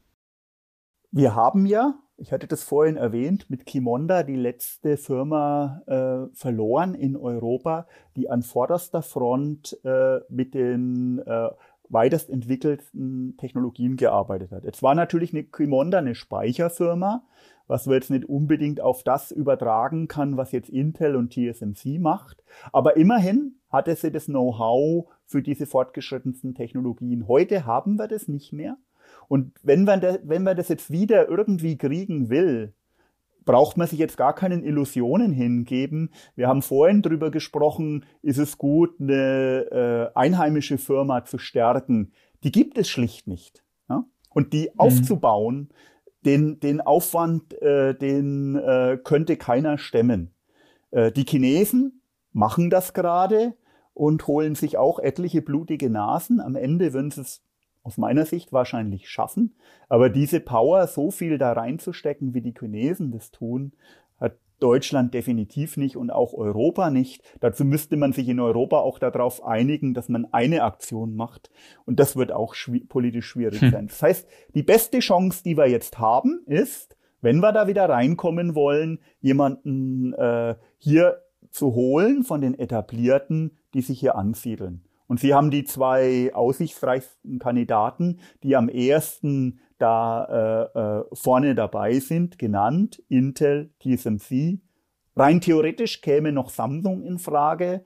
Wir haben ja, ich hatte das vorhin erwähnt, mit Qimonda die letzte Firma verloren in Europa, die an vorderster Front mit den weitest entwickelten Technologien gearbeitet hat. Jetzt war natürlich Qimonda eine Speicherfirma, was man jetzt nicht unbedingt auf das übertragen kann, was jetzt Intel und TSMC macht. Aber immerhin hatte sie das Know-how für diese fortgeschrittensten Technologien. Heute haben wir das nicht mehr. Und wenn man das jetzt wieder irgendwie kriegen will, braucht man sich jetzt gar keinen Illusionen hingeben. Wir haben vorhin drüber gesprochen, ist es gut, eine einheimische Firma zu stärken. Die gibt es schlicht nicht. Ja? Und die aufzubauen, den Aufwand, den könnte keiner stemmen. Die Chinesen machen das gerade und holen sich auch etliche blutige Nasen. Am Ende würden sie es aus meiner Sicht wahrscheinlich schaffen. Aber diese Power, so viel da reinzustecken, wie die Chinesen das tun, hat Deutschland definitiv nicht und auch Europa nicht. Dazu müsste man sich in Europa auch darauf einigen, dass man eine Aktion macht. Und das wird auch politisch schwierig sein. Das heißt, die beste Chance, die wir jetzt haben, ist, wenn wir da wieder reinkommen wollen, jemanden hier zu holen von den Etablierten, die sich hier ansiedeln. Und Sie haben die zwei aussichtsreichsten Kandidaten, die am ehesten da vorne dabei sind, genannt, Intel, TSMC. Rein theoretisch käme noch Samsung in Frage.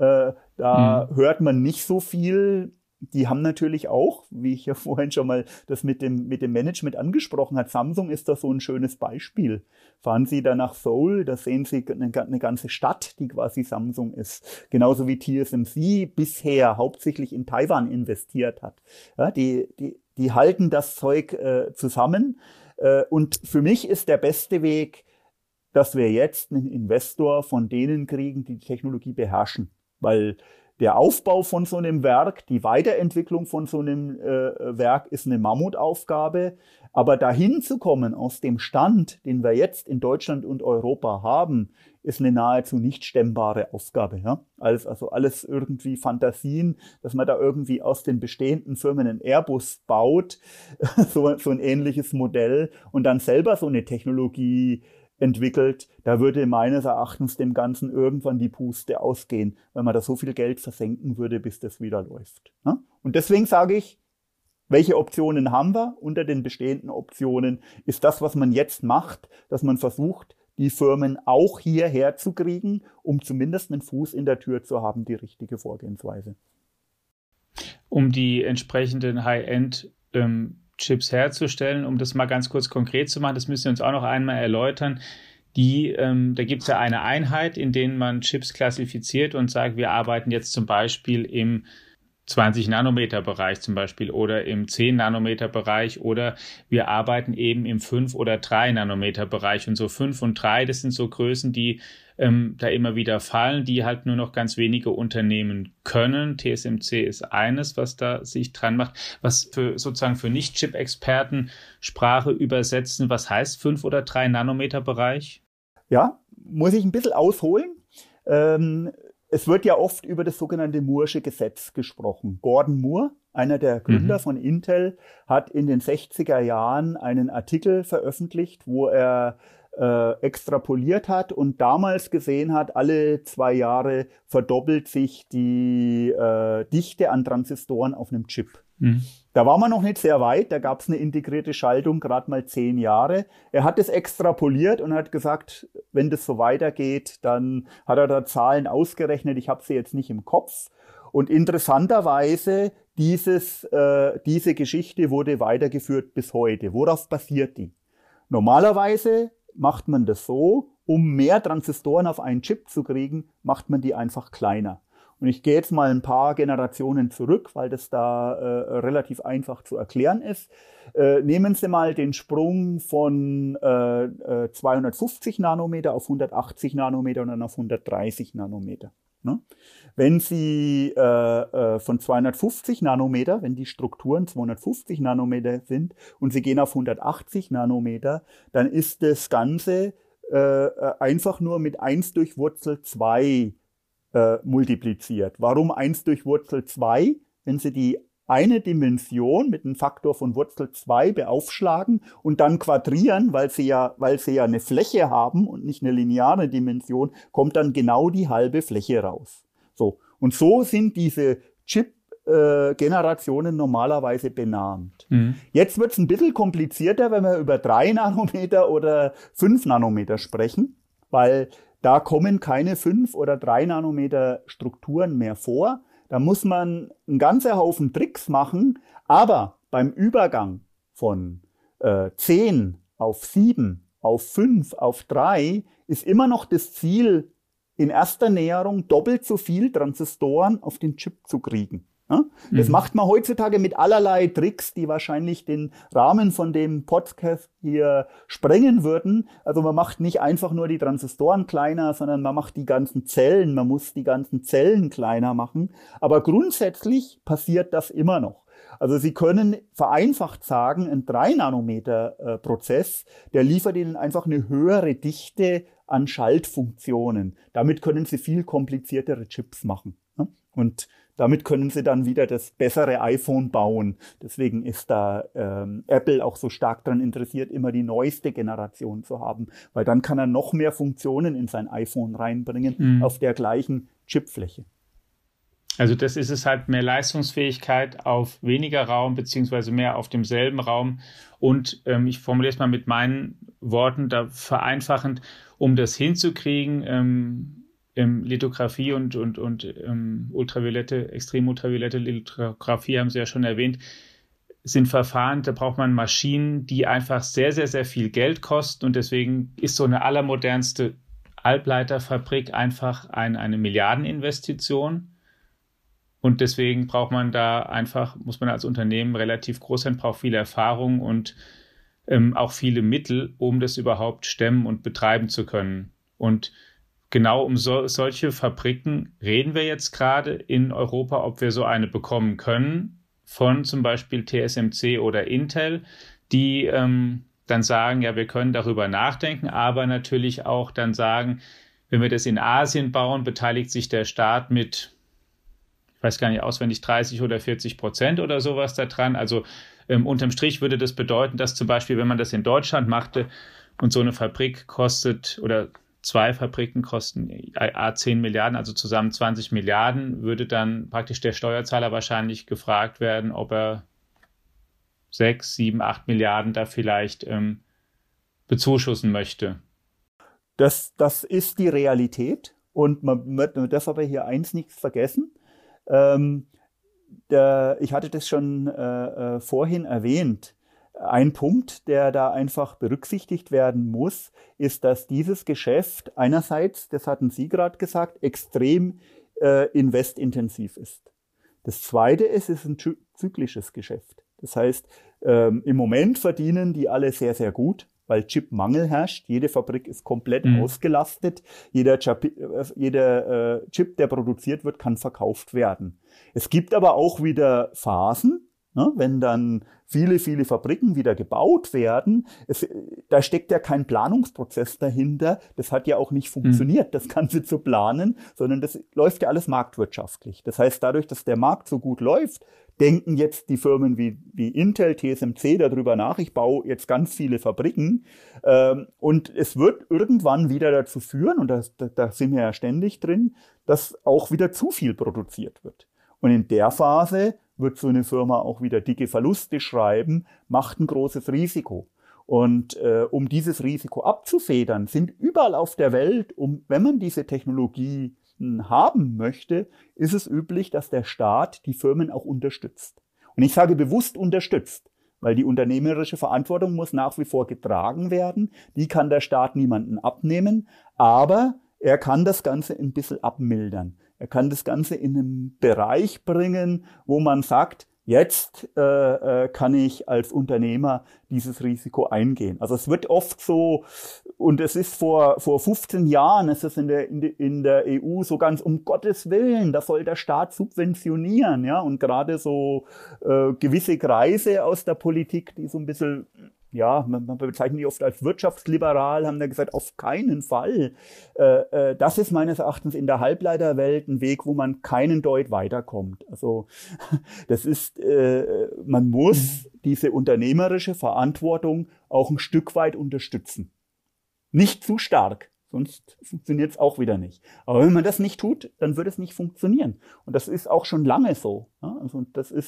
Da hört man nicht so viel. Die haben natürlich auch, wie ich ja vorhin schon mal das mit dem Management angesprochen habe, Samsung ist da so ein schönes Beispiel. Fahren Sie da nach Seoul, da sehen Sie eine ganze Stadt, die quasi Samsung ist. Genauso wie TSMC bisher hauptsächlich in Taiwan investiert hat. Ja, die halten das Zeug zusammen. Und für mich ist der beste Weg, dass wir jetzt einen Investor von denen kriegen, die die Technologie beherrschen. Weil der Aufbau von so einem Werk, die Weiterentwicklung von so einem Werk ist eine Mammutaufgabe. Aber dahin zu kommen aus dem Stand, den wir jetzt in Deutschland und Europa haben, ist eine nahezu nicht stemmbare Aufgabe. Ja? Also alles irgendwie Fantasien, dass man da irgendwie aus den bestehenden Firmen einen Airbus baut, so ein ähnliches Modell und dann selber so eine Technologie entwickelt, da würde meines Erachtens dem Ganzen irgendwann die Puste ausgehen, wenn man da so viel Geld versenken würde, bis das wieder läuft. Ne? Und deswegen sage ich, welche Optionen haben wir? Unter den bestehenden Optionen ist das, was man jetzt macht, dass man versucht, die Firmen auch hierher zu kriegen, um zumindest einen Fuß in der Tür zu haben, die richtige Vorgehensweise. Um die entsprechenden High-End-Chips herzustellen, um das mal ganz kurz konkret zu machen, das müssen wir uns auch noch einmal erläutern. Da gibt es ja eine Einheit, in denen man Chips klassifiziert und sagt, wir arbeiten jetzt zum Beispiel im 20-Nanometer-Bereich zum Beispiel oder im 10-Nanometer-Bereich oder wir arbeiten eben im 5- oder 3-Nanometer-Bereich und so 5 und 3, das sind so Größen, die da immer wieder fallen, die halt nur noch ganz wenige Unternehmen können. TSMC ist eines, was da sich dran macht, was sozusagen für Nicht-Chip-Experten Sprache übersetzen. Was heißt 5- oder 3-Nanometer-Bereich? Ja, muss ich ein bisschen ausholen. Es wird ja oft über das sogenannte Moore'sche Gesetz gesprochen. Gordon Moore, einer der Gründer von Intel, hat in den 60er Jahren einen Artikel veröffentlicht, wo er extrapoliert hat und damals gesehen hat, alle 2 Jahre verdoppelt sich die Dichte an Transistoren auf einem Chip. Da war man noch nicht sehr weit, da gab es eine integrierte Schaltung, gerade mal 10 Jahre. Er hat es extrapoliert und hat gesagt, wenn das so weitergeht, dann hat er da Zahlen ausgerechnet, ich habe sie jetzt nicht im Kopf. Und interessanterweise, diese Geschichte wurde weitergeführt bis heute. Worauf basiert die? Normalerweise macht man das so, um mehr Transistoren auf einen Chip zu kriegen, macht man die einfach kleiner. Und ich gehe jetzt mal ein paar Generationen zurück, weil das da relativ einfach zu erklären ist. Nehmen Sie mal den Sprung von 250 Nanometer auf 180 Nanometer und dann auf 130 Nanometer. Ne? Wenn Sie von 250 Nanometer, wenn die Strukturen 250 Nanometer sind und Sie gehen auf 180 Nanometer, dann ist das Ganze einfach nur mit 1 durch Wurzel 2 multipliziert. Warum 1 durch Wurzel 2? Wenn Sie die eine Dimension mit einem Faktor von Wurzel 2 beaufschlagen und dann quadrieren, weil sie ja eine Fläche haben und nicht eine lineare Dimension, kommt dann genau die halbe Fläche raus. So. Und so sind diese Chip-Generationen normalerweise benannt. Jetzt wird es ein bisschen komplizierter, wenn wir über 3 Nanometer oder 5 Nanometer sprechen, weil da kommen keine 5 oder 3 Nanometer Strukturen mehr vor. Da muss man einen ganzen Haufen Tricks machen, aber beim Übergang von 10 auf 7, auf 5, auf 3 ist immer noch das Ziel, in erster Näherung doppelt so viel Transistoren auf den Chip zu kriegen. Ja? Das macht man heutzutage mit allerlei Tricks, die wahrscheinlich den Rahmen von dem Podcast hier sprengen würden. Also man macht nicht einfach nur die Transistoren kleiner, sondern man macht die ganzen Zellen, man muss die ganzen Zellen kleiner machen. Aber grundsätzlich passiert das immer noch. Also Sie können vereinfacht sagen, ein 3-Nanometer-Prozess, der liefert Ihnen einfach eine höhere Dichte an Schaltfunktionen. Damit können Sie viel kompliziertere Chips machen. Und damit können Sie dann wieder das bessere iPhone bauen. Deswegen ist da Apple auch so stark daran interessiert, immer die neueste Generation zu haben. Weil dann kann er noch mehr Funktionen in sein iPhone reinbringen auf der gleichen Chipfläche. Also das ist es halt, mehr Leistungsfähigkeit auf weniger Raum beziehungsweise mehr auf demselben Raum. Und ich formuliere es mal mit meinen Worten da vereinfachend, um das hinzukriegen, Lithografie und ultraviolette, extrem ultraviolette Lithografie haben Sie ja schon erwähnt, sind Verfahren, da braucht man Maschinen, die einfach sehr, sehr, sehr viel Geld kosten und deswegen ist so eine allermodernste Halbleiterfabrik einfach eine Milliardeninvestition und deswegen braucht man da einfach, muss man als Unternehmen relativ groß sein, braucht viel Erfahrung und auch viele Mittel, um das überhaupt stemmen und betreiben zu können. Und genau um solche Fabriken reden wir jetzt gerade in Europa, ob wir so eine bekommen können von zum Beispiel TSMC oder Intel, die dann sagen, ja, wir können darüber nachdenken, aber natürlich auch dann sagen, wenn wir das in Asien bauen, beteiligt sich der Staat mit, ich weiß gar nicht auswendig, 30 oder 40% oder sowas daran. Also unterm Strich würde das bedeuten, dass zum Beispiel, wenn man das in Deutschland machte, Und so eine Fabrik kostet, oder 2 Fabriken kosten 10 Milliarden, also zusammen 20 Milliarden, würde dann praktisch der Steuerzahler wahrscheinlich gefragt werden, ob er 6, 7, 8 Milliarden da vielleicht bezuschussen möchte. Das ist die Realität und man darf aber hier eins nicht vergessen. Ich hatte das schon vorhin erwähnt. Ein Punkt, der da einfach berücksichtigt werden muss, ist, dass dieses Geschäft einerseits, das hatten Sie gerade gesagt, extrem investintensiv ist. Das Zweite ist, es ist ein zyklisches Geschäft. Das heißt, im Moment verdienen die alle sehr, sehr gut, weil Chipmangel herrscht. Jede Fabrik ist komplett ausgelastet. Jeder Chip, der produziert wird, kann verkauft werden. Es gibt aber auch wieder Phasen, ne, wenn dann viele Fabriken wieder gebaut werden. Da steckt ja kein Planungsprozess dahinter. Das hat ja auch nicht funktioniert, das Ganze zu planen, sondern das läuft ja alles marktwirtschaftlich. Das heißt, dadurch, dass der Markt so gut läuft, denken jetzt die Firmen wie Intel, TSMC darüber nach, ich baue jetzt ganz viele Fabriken und es wird irgendwann wieder dazu führen, und da sind wir ja ständig drin, dass auch wieder zu viel produziert wird. Und in der Phase wird so eine Firma auch wieder dicke Verluste schreiben, macht ein großes Risiko. Und um dieses Risiko abzufedern, sind überall auf der Welt, wenn man diese Technologie haben möchte, ist es üblich, dass der Staat die Firmen auch unterstützt. Und ich sage bewusst unterstützt, weil die unternehmerische Verantwortung muss nach wie vor getragen werden. Die kann der Staat niemanden abnehmen, aber er kann das Ganze ein bisschen abmildern. Er kann das Ganze in einen Bereich bringen, wo man sagt, jetzt kann ich als Unternehmer dieses Risiko eingehen. Also es wird oft so, und es ist vor 15 Jahren, es ist in der EU so ganz um Gottes Willen, da soll der Staat subventionieren, ja, und gerade so gewisse Kreise aus der Politik, die so ein bisschen, ja, man bezeichnet die oft als wirtschaftsliberal, haben da gesagt, auf keinen Fall. Das ist meines Erachtens in der Halbleiterwelt ein Weg, wo man keinen Deut weiterkommt. Also das ist, man muss diese unternehmerische Verantwortung auch ein Stück weit unterstützen. Nicht zu stark, sonst funktioniert es auch wieder nicht. Aber wenn man das nicht tut, dann wird es nicht funktionieren. Und das ist auch schon lange so. Ja? Also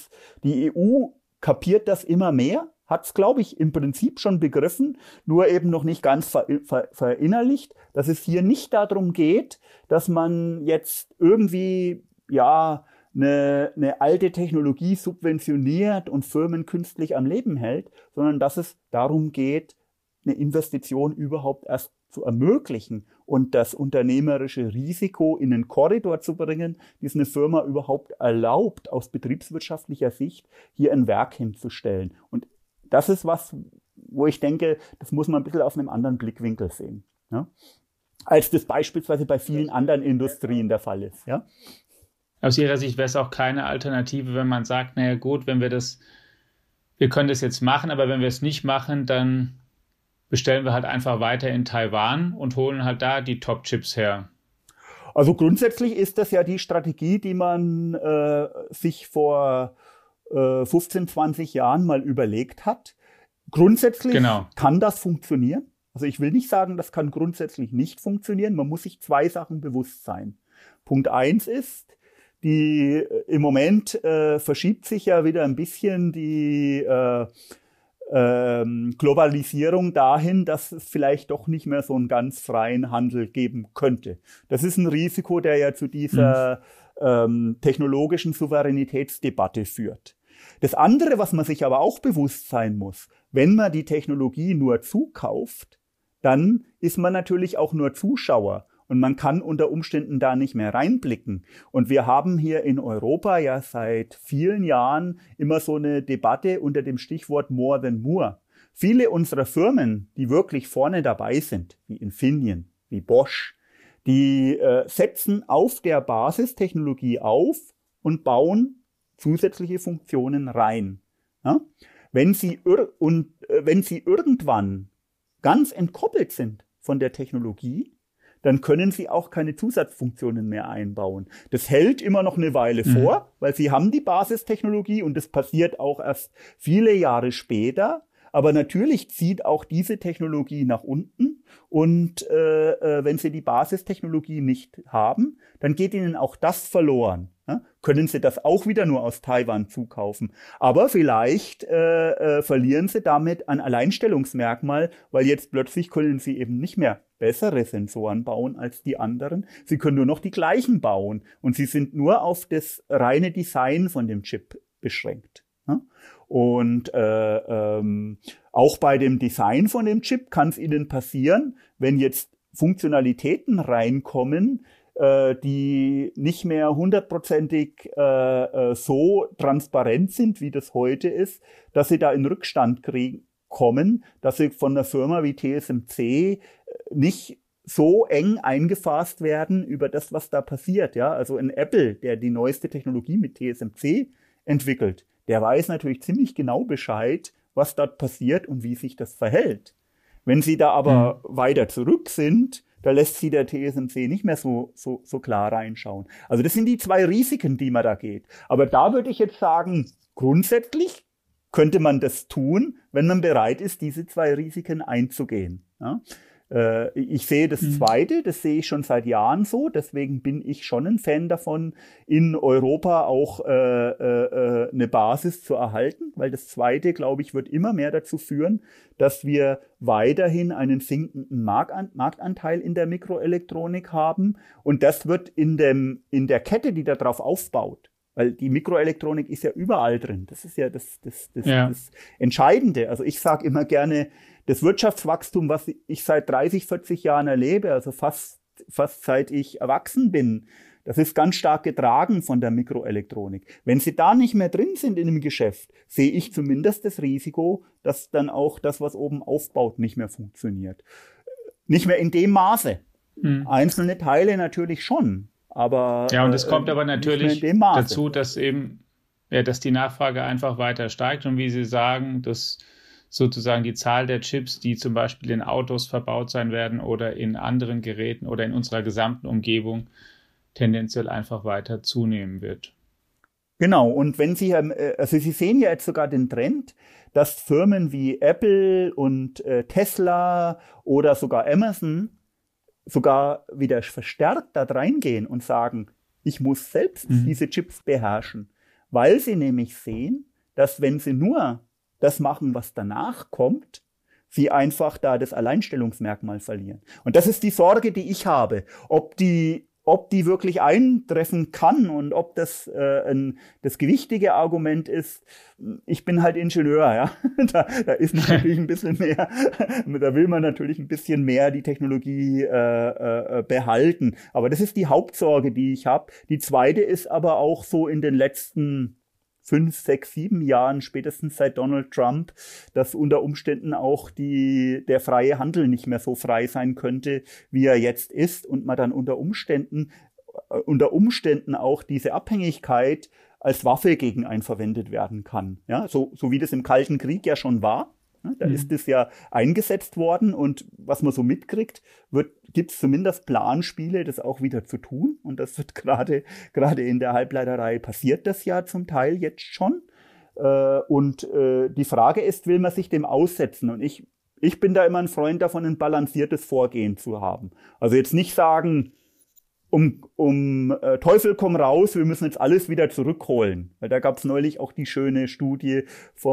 die EU kapiert das immer mehr, hat es, glaube ich, im Prinzip schon begriffen, nur eben noch nicht ganz verinnerlicht, dass es hier nicht darum geht, dass man jetzt irgendwie, ja, eine alte Technologie subventioniert und Firmen künstlich am Leben hält, sondern dass es darum geht, eine Investition überhaupt erst zu ermöglichen und das unternehmerische Risiko in einen Korridor zu bringen, die es eine Firma überhaupt erlaubt, aus betriebswirtschaftlicher Sicht hier ein Werk hinzustellen. Und das ist was, wo ich denke, das muss man ein bisschen aus einem anderen Blickwinkel sehen, ja? Als das beispielsweise bei vielen anderen Industrien der Fall ist. Ja? Aus Ihrer Sicht wäre es auch keine Alternative, wenn man sagt, naja gut, wir können das jetzt machen, aber wenn wir es nicht machen, dann bestellen wir halt einfach weiter in Taiwan und holen halt da die Top-Chips her. Also grundsätzlich ist das ja die Strategie, die man sich vor 15, 20 Jahren mal überlegt hat. Grundsätzlich kann das funktionieren. Also ich will nicht sagen, das kann grundsätzlich nicht funktionieren. Man muss sich 2 Sachen bewusst sein. Punkt 1 ist, im Moment verschiebt sich ja wieder ein bisschen die Globalisierung dahin, dass es vielleicht doch nicht mehr so einen ganz freien Handel geben könnte. Das ist ein Risiko, der ja zu dieser technologischen Souveränitätsdebatte führt. Das andere, was man sich aber auch bewusst sein muss, wenn man die Technologie nur zukauft, dann ist man natürlich auch nur Zuschauer und man kann unter Umständen da nicht mehr reinblicken. Und wir haben hier in Europa ja seit vielen Jahren immer so eine Debatte unter dem Stichwort More than More. Viele unserer Firmen, die wirklich vorne dabei sind, wie Infineon, wie Bosch, die setzen auf der Basistechnologie auf und bauen zusätzliche Funktionen rein. Ja? Wenn sie irgendwann ganz entkoppelt sind von der Technologie, dann können sie auch keine Zusatzfunktionen mehr einbauen. Das hält immer noch eine Weile vor, weil sie haben die Basistechnologie und das passiert auch erst viele Jahre später. aber natürlich zieht auch diese Technologie nach unten und wenn Sie die Basistechnologie nicht haben, dann geht Ihnen auch das verloren. Ja? Können Sie das auch wieder nur aus Taiwan zukaufen. Aber vielleicht verlieren Sie damit ein Alleinstellungsmerkmal, weil jetzt plötzlich können Sie eben nicht mehr bessere Sensoren bauen als die anderen. Sie können nur noch die gleichen bauen und Sie sind nur auf das reine Design von dem Chip beschränkt. Ja? Und auch bei dem Design von dem Chip kann es Ihnen passieren, wenn jetzt Funktionalitäten reinkommen, die nicht mehr hundertprozentig so transparent sind, wie das heute ist, dass Sie da in Rückstand kommen, dass Sie von einer Firma wie TSMC nicht so eng eingefasst werden über das, was da passiert. Ja? Also ein Apple, der die neueste Technologie mit TSMC entwickelt, der weiß natürlich ziemlich genau Bescheid, was dort passiert und wie sich das verhält. Wenn Sie da aber weiter zurück sind, da lässt Sie der TSMC nicht mehr so klar reinschauen. Also das sind die zwei Risiken, die man da geht. Aber da würde ich jetzt sagen, grundsätzlich könnte man das tun, wenn man bereit ist, diese zwei Risiken einzugehen. Ja? Ich sehe das Zweite, das sehe ich schon seit Jahren so, deswegen bin ich schon ein Fan davon, in Europa auch eine Basis zu erhalten, weil das Zweite, glaube ich, wird immer mehr dazu führen, dass wir weiterhin einen sinkenden Marktanteil in der Mikroelektronik haben und das wird in der Kette, die darauf aufbaut. Weil die Mikroelektronik ist ja überall drin. Das ist ja das Entscheidende. Also ich sage immer gerne, das Wirtschaftswachstum, was ich seit 30, 40 Jahren erlebe, also fast seit ich erwachsen bin, das ist ganz stark getragen von der Mikroelektronik. Wenn Sie da nicht mehr drin sind in dem Geschäft, sehe ich zumindest das Risiko, dass dann auch das, was oben aufbaut, nicht mehr funktioniert. Nicht mehr in dem Maße. Einzelne Teile natürlich schon. Aber, ja, und es kommt aber natürlich dazu, dass dass die Nachfrage einfach weiter steigt und wie Sie sagen, dass sozusagen die Zahl der Chips, die zum Beispiel in Autos verbaut sein werden oder in anderen Geräten oder in unserer gesamten Umgebung tendenziell einfach weiter zunehmen wird. Genau, und wenn Sie sehen ja jetzt sogar den Trend, dass Firmen wie Apple und Tesla oder sogar Amazon sogar wieder verstärkt da reingehen und sagen, ich muss selbst diese Chips beherrschen, weil sie nämlich sehen, dass wenn sie nur das machen, was danach kommt, sie einfach da das Alleinstellungsmerkmal verlieren. Und das ist die Sorge, die ich habe, ob die wirklich eintreffen kann und ob das das gewichtige Argument ist. Ich bin halt Ingenieur, ja. Da ist natürlich ein bisschen mehr, da will man natürlich ein bisschen mehr die Technologie behalten. Aber das ist die Hauptsorge, die ich habe. Die zweite ist aber auch so in den letzten 5, 6, 7 Jahren, spätestens seit Donald Trump, dass unter Umständen auch der freie Handel nicht mehr so frei sein könnte, wie er jetzt ist und man dann unter Umständen auch diese Abhängigkeit als Waffe gegen einen verwendet werden kann. Ja, so wie das im Kalten Krieg ja schon war. Da ist es ja eingesetzt worden und was man so mitkriegt, gibt es zumindest Planspiele, das auch wieder zu tun. Und das wird gerade in der Halbleiterei passiert das ja zum Teil jetzt schon. Und die Frage ist, will man sich dem aussetzen? Und ich bin da immer ein Freund davon, ein balanciertes Vorgehen zu haben. Also jetzt nicht sagen, Teufel komm raus, wir müssen jetzt alles wieder zurückholen. Weil da gab es neulich auch die schöne Studie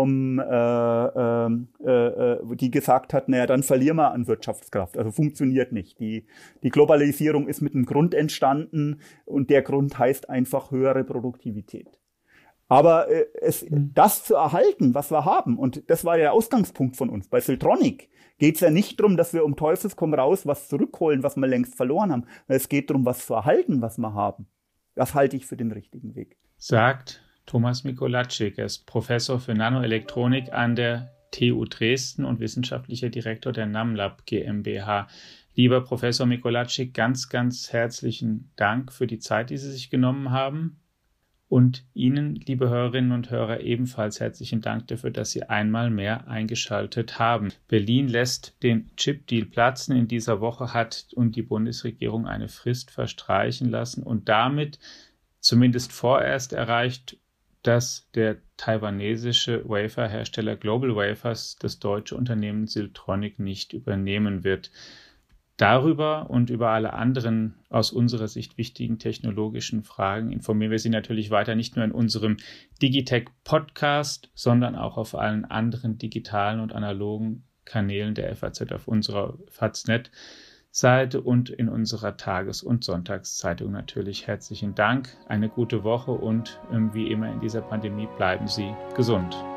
die gesagt hat, naja, dann verlieren wir an Wirtschaftskraft. Also funktioniert nicht. Die Globalisierung ist mit einem Grund entstanden und der Grund heißt einfach höhere Produktivität. Aber das zu erhalten, was wir haben, und das war der Ausgangspunkt von uns. Bei Siltronic geht es ja nicht darum, dass wir um Teufels komm raus was zurückholen, was wir längst verloren haben. Es geht darum, was zu erhalten, was wir haben. Das halte ich für den richtigen Weg. Sagt Thomas Mikolášik. Er ist Professor für Nanoelektronik an der TU Dresden und wissenschaftlicher Direktor der NAMLab GmbH. Lieber Professor Mikolášik, ganz, ganz herzlichen Dank für die Zeit, die Sie sich genommen haben. Und Ihnen, liebe Hörerinnen und Hörer, ebenfalls herzlichen Dank dafür, dass Sie einmal mehr eingeschaltet haben. Berlin lässt den Chip-Deal platzen. In dieser Woche hat und die Bundesregierung eine Frist verstreichen lassen und damit zumindest vorerst erreicht, dass der taiwanesische Waferhersteller Global Wafers das deutsche Unternehmen Siltronic nicht übernehmen wird. Darüber und über alle anderen aus unserer Sicht wichtigen technologischen Fragen informieren wir Sie natürlich weiter, nicht nur in unserem Digitech-Podcast, sondern auch auf allen anderen digitalen und analogen Kanälen der FAZ auf unserer FAZ.net-Seite und in unserer Tages- und Sonntagszeitung natürlich. Herzlichen Dank, eine gute Woche und wie immer in dieser Pandemie bleiben Sie gesund.